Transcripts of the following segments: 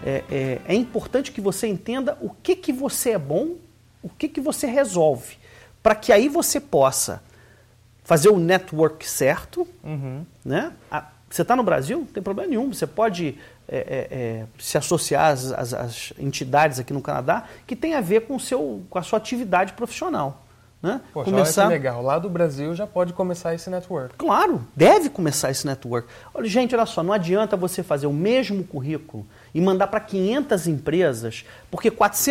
é importante que você entenda o que você é bom, o que você resolve, para que aí você possa fazer o network certo, né? Você está no Brasil, não tem problema nenhum, você pode se associar às entidades aqui no Canadá que tem a ver com a sua atividade profissional. Né? Poxa, olha que legal. Lá do Brasil já pode começar esse network. Claro, deve começar esse network. Olha, gente, olha só, não adianta você fazer o mesmo currículo e mandar para 500 empresas, porque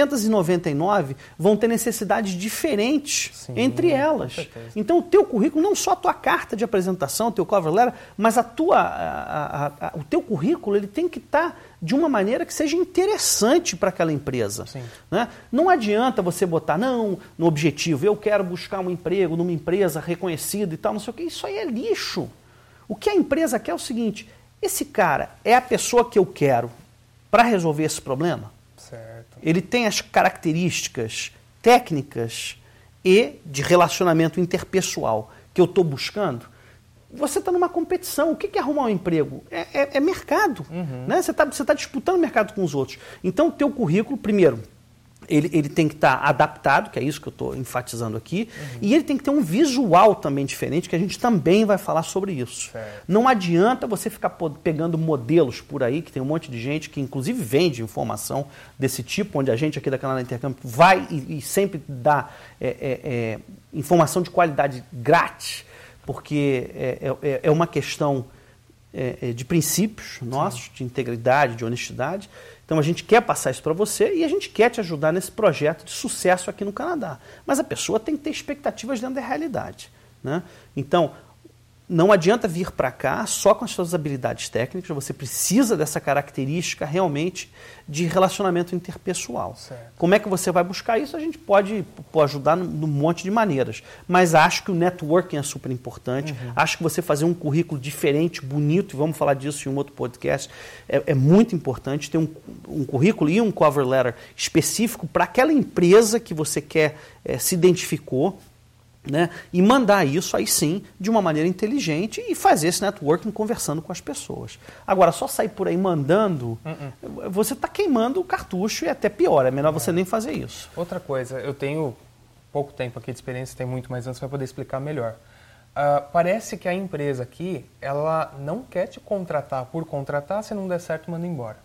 499 vão ter necessidades diferentes entre elas. Então, o teu currículo, não só a tua carta de apresentação, o teu cover letter, mas o teu currículo ele tem que estar de uma maneira que seja interessante para aquela empresa. Né? Não adianta você botar, no objetivo, eu quero buscar um emprego numa empresa reconhecida e tal, não sei o que, isso aí é lixo. O que a empresa quer é o seguinte, esse cara é a pessoa que eu quero para resolver esse problema? Certo. Ele tem as características técnicas e de relacionamento interpessoal que eu estou buscando? Você está numa competição. O que é arrumar um emprego? É mercado. Né? Você tá disputando o mercado com os outros. Então, o teu currículo, primeiro, ele tem que estar adaptado, que é isso que eu estou enfatizando aqui, e ele tem que ter um visual também diferente, que a gente também vai falar sobre isso. Certo. Não adianta você ficar pegando modelos por aí, que tem um monte de gente que inclusive vende informação desse tipo, onde a gente aqui da Canadá Intercâmbio vai e sempre dá informação de qualidade grátis, porque é uma questão de princípios nossos, de integridade, de honestidade. Então a gente quer passar isso para você e a gente quer te ajudar nesse projeto de sucesso aqui no Canadá. Mas a pessoa tem que ter expectativas dentro da realidade. Né? Então, não adianta vir para cá só com as suas habilidades técnicas, você precisa dessa característica realmente de relacionamento interpessoal. Certo. Como é que você vai buscar isso? A gente pode ajudar num monte de maneiras, mas acho que o networking é super importante, acho que você fazer um currículo diferente, bonito, e vamos falar disso em um outro podcast, é muito importante ter um currículo e um cover letter específico para aquela empresa que você quer, se identificou, né? E mandar isso aí sim de uma maneira inteligente e fazer esse networking conversando com as pessoas. Agora, só sair por aí mandando, você está queimando o cartucho e até pior, é melhor você nem fazer isso. Outra coisa, eu tenho pouco tempo aqui de experiência, tem muito mais anos para poder explicar melhor. Parece que a empresa aqui, ela não quer te contratar por contratar, se não der certo, manda embora.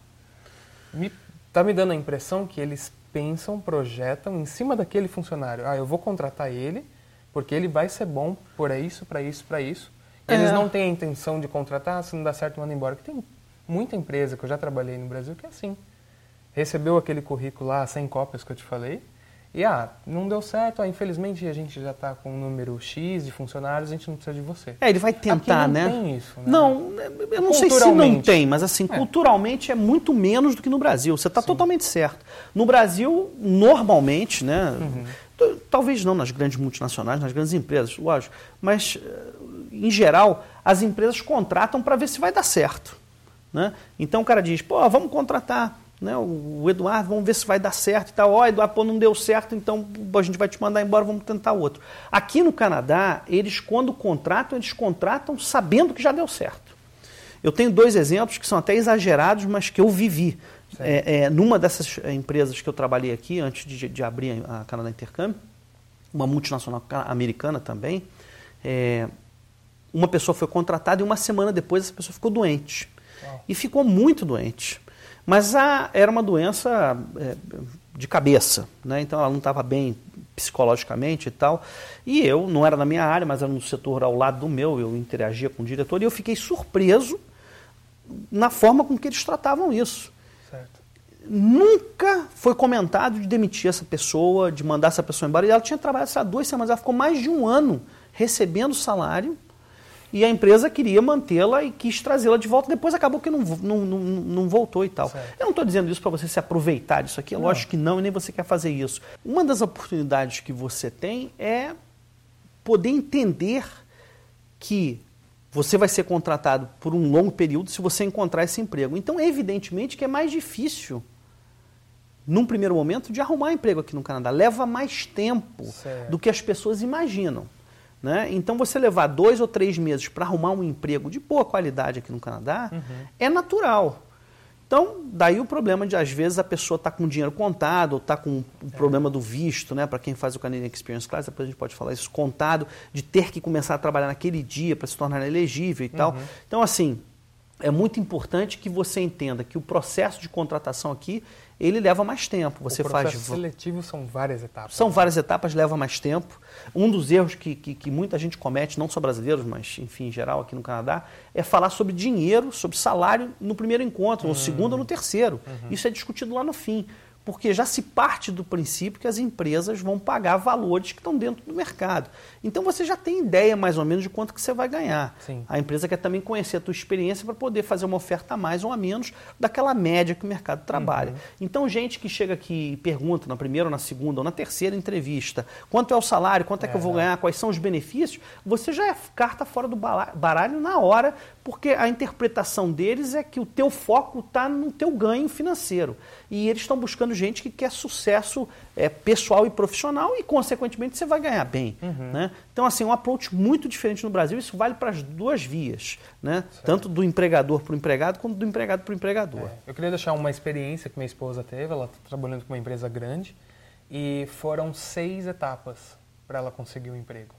Tá me dando a impressão que eles pensam, projetam em cima daquele funcionário. Eu vou contratar ele, porque ele vai ser bom por isso, para isso, para isso. Eles não têm a intenção de contratar, se não dá certo, manda embora. Porque tem muita empresa que eu já trabalhei no Brasil que é assim. Recebeu aquele currículo lá, 100 cópias que eu te falei, e não deu certo, infelizmente a gente já está com um número X de funcionários, a gente não precisa de você. Ele vai tentar, aqui né? Não tem isso, né? Não, eu não sei se não tem, mas assim, culturalmente é muito menos do que no Brasil. Você está totalmente certo. No Brasil, normalmente, né? Talvez não nas grandes multinacionais, nas grandes empresas, lógico, mas em geral as empresas contratam para ver se vai dar certo. Né? Então o cara diz, vamos contratar, né, o Eduardo, vamos ver se vai dar certo e tal. Eduardo, não deu certo, então a gente vai te mandar embora, vamos tentar outro. Aqui no Canadá, eles quando contratam, eles contratam sabendo que já deu certo. Eu tenho 2 exemplos que são até exagerados, mas que eu vivi. Numa dessas empresas que eu trabalhei aqui, antes de abrir a Canadá Intercâmbio, uma multinacional americana também, uma pessoa foi contratada e uma semana depois essa pessoa ficou doente. E ficou muito doente. Mas era uma doença de cabeça, né? Então ela não estava bem psicologicamente e tal. E eu, não era na minha área, mas era no setor ao lado do meu, eu interagia com o diretor e eu fiquei surpreso na forma com que eles tratavam isso. Certo. Nunca foi comentado de demitir essa pessoa, de mandar essa pessoa embora. E ela tinha trabalhado há 2 semanas, ela ficou mais de 1 ano recebendo salário e a empresa queria mantê-la e quis trazê-la de volta. Depois acabou que não voltou e tal. Certo. Eu não estou dizendo isso para você se aproveitar disso aqui, lógico que não, e nem você quer fazer isso. Uma das oportunidades que você tem é poder entender que você vai ser contratado por um longo período se você encontrar esse emprego. Então, evidentemente que é mais difícil, num primeiro momento, de arrumar emprego aqui no Canadá. Leva mais tempo do que as pessoas imaginam. Né? Então, você levar 2 ou 3 meses para arrumar um emprego de boa qualidade aqui no Canadá é natural. Então, daí o problema de, às vezes, a pessoa está com dinheiro contado, ou está com o problema do visto, né? Para quem faz o Canadian Experience Class, depois a gente pode falar isso, contado, de ter que começar a trabalhar naquele dia para se tornar elegível e tal. Então, assim, é muito importante que você entenda que o processo de contratação aqui, ele leva mais tempo. O processo seletivo são várias etapas. São várias etapas, leva mais tempo. Um dos erros que muita gente comete, não só brasileiros, mas enfim, em geral aqui no Canadá, é falar sobre dinheiro, sobre salário no primeiro encontro, no segundo ou no terceiro. Isso é discutido lá no fim. Porque já se parte do princípio que as empresas vão pagar valores que estão dentro do mercado. Então você já tem ideia mais ou menos de quanto que você vai ganhar. Sim. A empresa quer também conhecer a tua experiência para poder fazer uma oferta a mais ou a menos daquela média que o mercado trabalha. Então gente que chega aqui e pergunta na primeira, ou na segunda ou na terceira entrevista quanto é o salário, quanto é que eu vou ganhar, quais são os benefícios, você já é carta fora do baralho na hora, porque a interpretação deles é que o teu foco está no teu ganho financeiro. E eles estão buscando gente que quer sucesso pessoal e profissional e, consequentemente, você vai ganhar bem. Né? Então, assim, um approach muito diferente no Brasil. Isso vale para as duas vias, né? Tanto do empregador para o empregado, quanto do empregado para o empregador. Eu queria deixar uma experiência que minha esposa teve. Ela está trabalhando com uma empresa grande e foram 6 etapas para ela conseguir um emprego.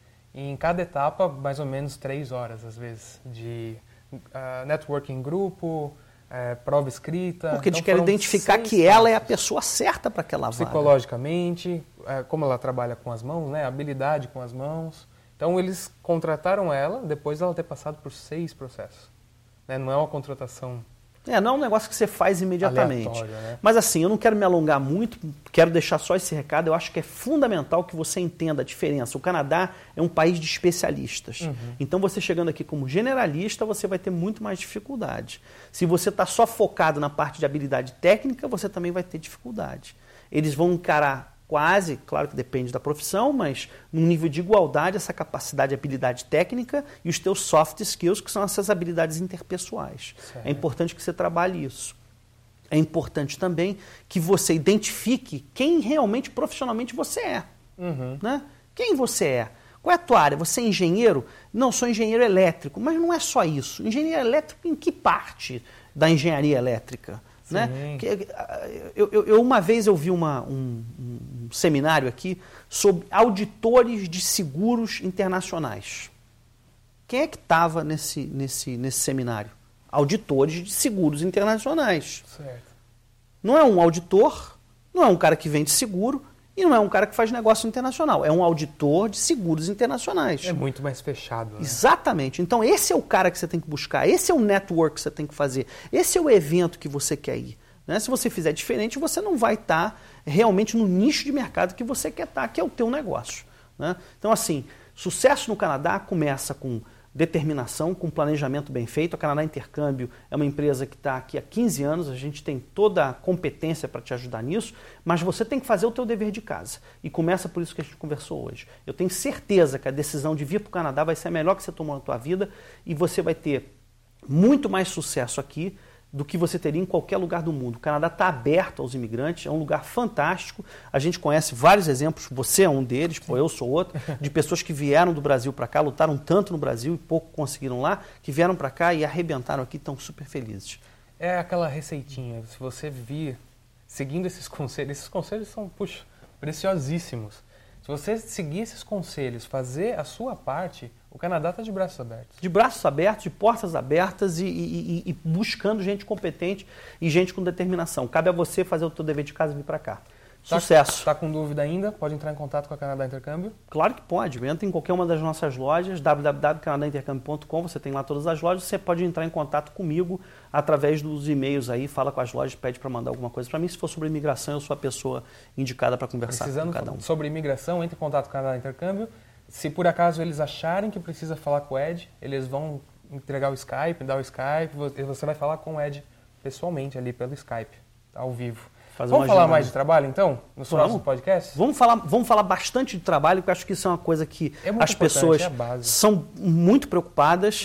E em cada etapa, mais ou menos 3 horas, às vezes, de networking em grupo, prova escrita. Porque eles querem identificar que ela é a pessoa certa para aquela vaga. Psicologicamente, como ela trabalha com as mãos, né, habilidade com as mãos. Então, eles contrataram ela depois dela ter passado por 6 processos. Né? Não é uma contratação... não é um negócio que você faz imediatamente. Né? Mas assim, eu não quero me alongar muito, quero deixar só esse recado. Eu acho que é fundamental que você entenda a diferença. O Canadá é um país de especialistas. Então você chegando aqui como generalista, você vai ter muito mais dificuldade. Se você está só focado na parte de habilidade técnica, você também vai ter dificuldade. Eles vão encarar quase, claro que depende da profissão, mas num nível de igualdade, essa capacidade de habilidade técnica e os teus soft skills, que são essas habilidades interpessoais. Certo. É importante que você trabalhe isso. É importante também que você identifique quem realmente profissionalmente você é. Né? Quem você é? Qual é a tua área? Você é engenheiro? Não, sou engenheiro elétrico. Mas não é só isso. Engenheiro elétrico em que parte da engenharia elétrica? Né? Uma vez eu vi um seminário aqui sobre auditores de seguros internacionais. Quem é que estava nesse seminário? Auditores de seguros internacionais. Certo. Não é um auditor, não é um cara que vende seguro e não é um cara que faz negócio internacional. É um auditor de seguros internacionais. É muito mais fechado. Né? Exatamente. Então esse é o cara que você tem que buscar, esse é o network que você tem que fazer, esse é o evento que você quer ir. Né? Se você fizer diferente, você não vai estar realmente no nicho de mercado que você quer estar, que é o teu negócio. Né? Então, assim, sucesso no Canadá começa com determinação, com planejamento bem feito. A Canadá Intercâmbio é uma empresa que está aqui há 15 anos, a gente tem toda a competência para te ajudar nisso, mas você tem que fazer o teu dever de casa. E começa por isso que a gente conversou hoje. Eu tenho certeza que a decisão de vir para o Canadá vai ser a melhor que você tomou na tua vida e você vai ter muito mais sucesso aqui do que você teria em qualquer lugar do mundo. O Canadá está aberto aos imigrantes, é um lugar fantástico. A gente conhece vários exemplos, você é um deles, eu sou outro, de pessoas que vieram do Brasil para cá, lutaram tanto no Brasil e pouco conseguiram lá, que vieram para cá e arrebentaram aqui, estão super felizes. É aquela receitinha, se você vir seguindo esses conselhos são, preciosíssimos. Se você seguir esses conselhos, fazer a sua parte, o Canadá está de braços abertos. De braços abertos, de portas abertas e buscando gente competente e gente com determinação. Cabe a você fazer o teu dever de casa e vir para cá. Sucesso! Está com dúvida ainda? Pode entrar em contato com a Canadá Intercâmbio? Claro que pode. Entra em qualquer uma das nossas lojas, www.canadaintercambio.com, você tem lá todas as lojas. Você pode entrar em contato comigo através dos e-mails aí, fala com as lojas, pede para mandar alguma coisa para mim. Se for sobre imigração, eu sou a pessoa indicada para conversar com cada um. Sobre imigração, entre em contato com a Canadá Intercâmbio. Se por acaso eles acharem que precisa falar com o Ed, eles vão entregar o Skype, dar o Skype, você vai falar com o Ed pessoalmente ali pelo Skype, ao vivo. Vamos falar mais de trabalho, então, nos próximos podcasts? Vamos falar bastante de trabalho, porque eu acho que isso é uma coisa que as pessoas são muito preocupadas.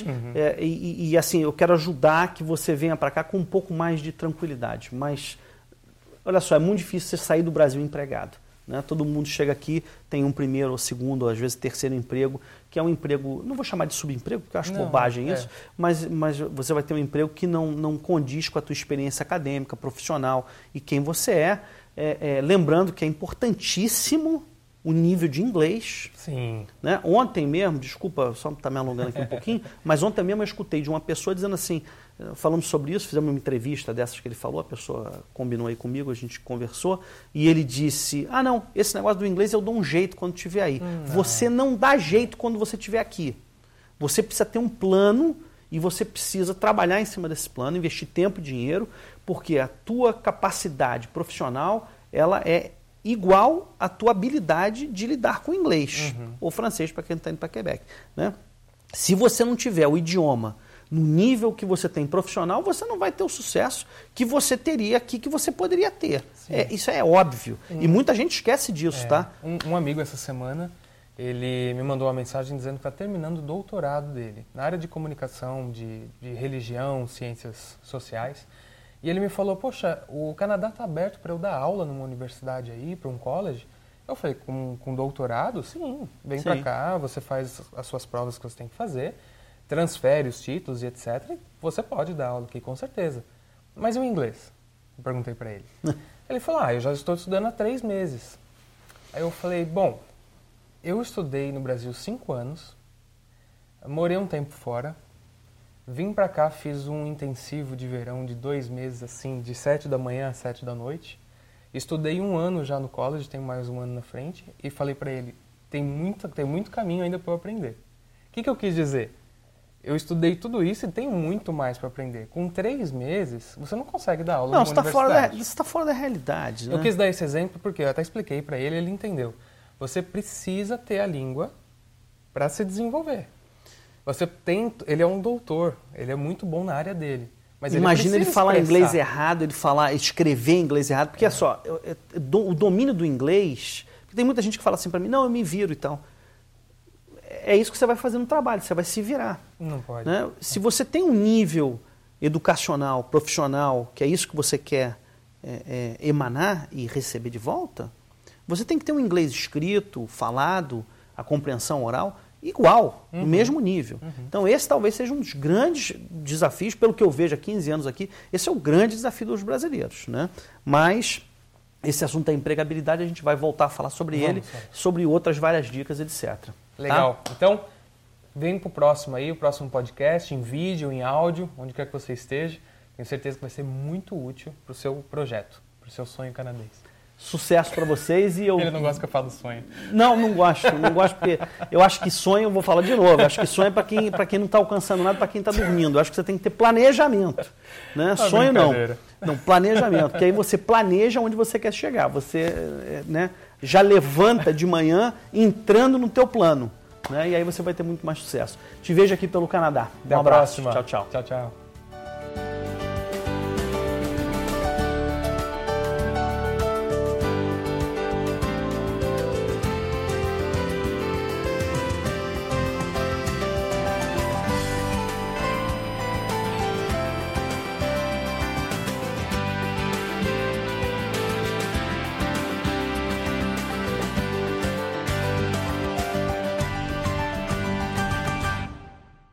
E assim, eu quero ajudar que você venha para cá com um pouco mais de tranquilidade. Mas, olha só, é muito difícil você sair do Brasil empregado. Né? Todo mundo chega aqui, tem um primeiro ou segundo, às vezes terceiro emprego, que é um emprego, não vou chamar de subemprego, porque eu acho bobagem isso, mas você vai ter um emprego que não condiz com a tua experiência acadêmica, profissional e quem você é. Lembrando que é importantíssimo o nível de inglês. Sim. Né? Ontem mesmo, desculpa, só estar me alongando aqui um pouquinho, mas ontem mesmo eu escutei de uma pessoa dizendo assim, falamos sobre isso, fizemos uma entrevista dessas que ele falou, a pessoa combinou aí comigo, a gente conversou, e ele disse, não, esse negócio do inglês eu dou um jeito quando estiver aí. Você não dá jeito quando você estiver aqui. Você precisa ter um plano e você precisa trabalhar em cima desse plano, investir tempo e dinheiro, porque a tua capacidade profissional, ela é igual à tua habilidade de lidar com o inglês, ou francês para quem está indo para Quebec. Né? Se você não tiver o idioma no nível que você tem profissional, você não vai ter o sucesso que você teria aqui, que você poderia ter. Isso é óbvio. E muita gente esquece disso, tá? Um amigo essa semana, ele me mandou uma mensagem dizendo que está terminando o doutorado dele na área de comunicação, de religião, ciências sociais. E ele me falou, poxa, o Canadá está aberto para eu dar aula numa universidade aí, para um college? Eu falei, com doutorado? Sim, vem para cá, você faz as suas provas que você tem que fazer, transfere os títulos e etc. E você pode dar aula aqui, com certeza. Mas e o inglês? Eu perguntei para ele. Ele falou, eu já estou estudando há 3 meses. Aí eu falei, bom, eu estudei no Brasil 5 anos, morei um tempo fora, vim pra cá, fiz um intensivo de verão de 2 meses, assim, de 7 da manhã às 7 da noite. Estudei 1 ano já no college, tenho mais 1 ano na frente, e falei pra ele, tem muito caminho ainda para eu aprender. O que eu quis dizer? Eu estudei tudo isso e tenho muito mais para aprender. Com 3 meses, você não consegue dar aula numa universidade. Você está fora da realidade. Né? Eu quis dar esse exemplo porque eu até expliquei para ele, ele entendeu. Você precisa ter a língua para se desenvolver. Ele é um doutor, ele é muito bom na área dele. Mas imagina ele falar inglês errado, ele escrever inglês errado, porque o domínio do inglês, porque tem muita gente que fala assim para mim, não, eu me viro e tal. É isso que você vai fazer no trabalho, você vai se virar. Não pode. Né? Se você tem um nível educacional, profissional, que é isso que você quer emanar e receber de volta, você tem que ter um inglês escrito, falado, a compreensão oral, igual, no mesmo nível. Então esse talvez seja um dos grandes desafios, pelo que eu vejo há 15 anos aqui, esse é o grande desafio dos brasileiros. Né? Mas esse assunto da empregabilidade, a gente vai voltar a falar sobre ele, sobre outras várias dicas, etc. Legal. Tá? Então, vem pro próximo aí, o próximo podcast, em vídeo, em áudio, onde quer que você esteja. Tenho certeza que vai ser muito útil para o seu projeto, para o seu sonho canadense. Sucesso para vocês e eu... Ele não gosta que eu falo sonho. Não gosto porque eu acho que sonho, eu vou falar de novo, eu acho que sonho é para quem não está alcançando nada, para quem está dormindo. Eu acho que você tem que ter planejamento. Né? Sonho não, planejamento, porque aí você planeja onde você quer chegar. Você já levanta de manhã entrando no teu plano. Né? E aí você vai ter muito mais sucesso. Te vejo aqui pelo Canadá. Até a próxima. Tchau, tchau. Tchau, tchau.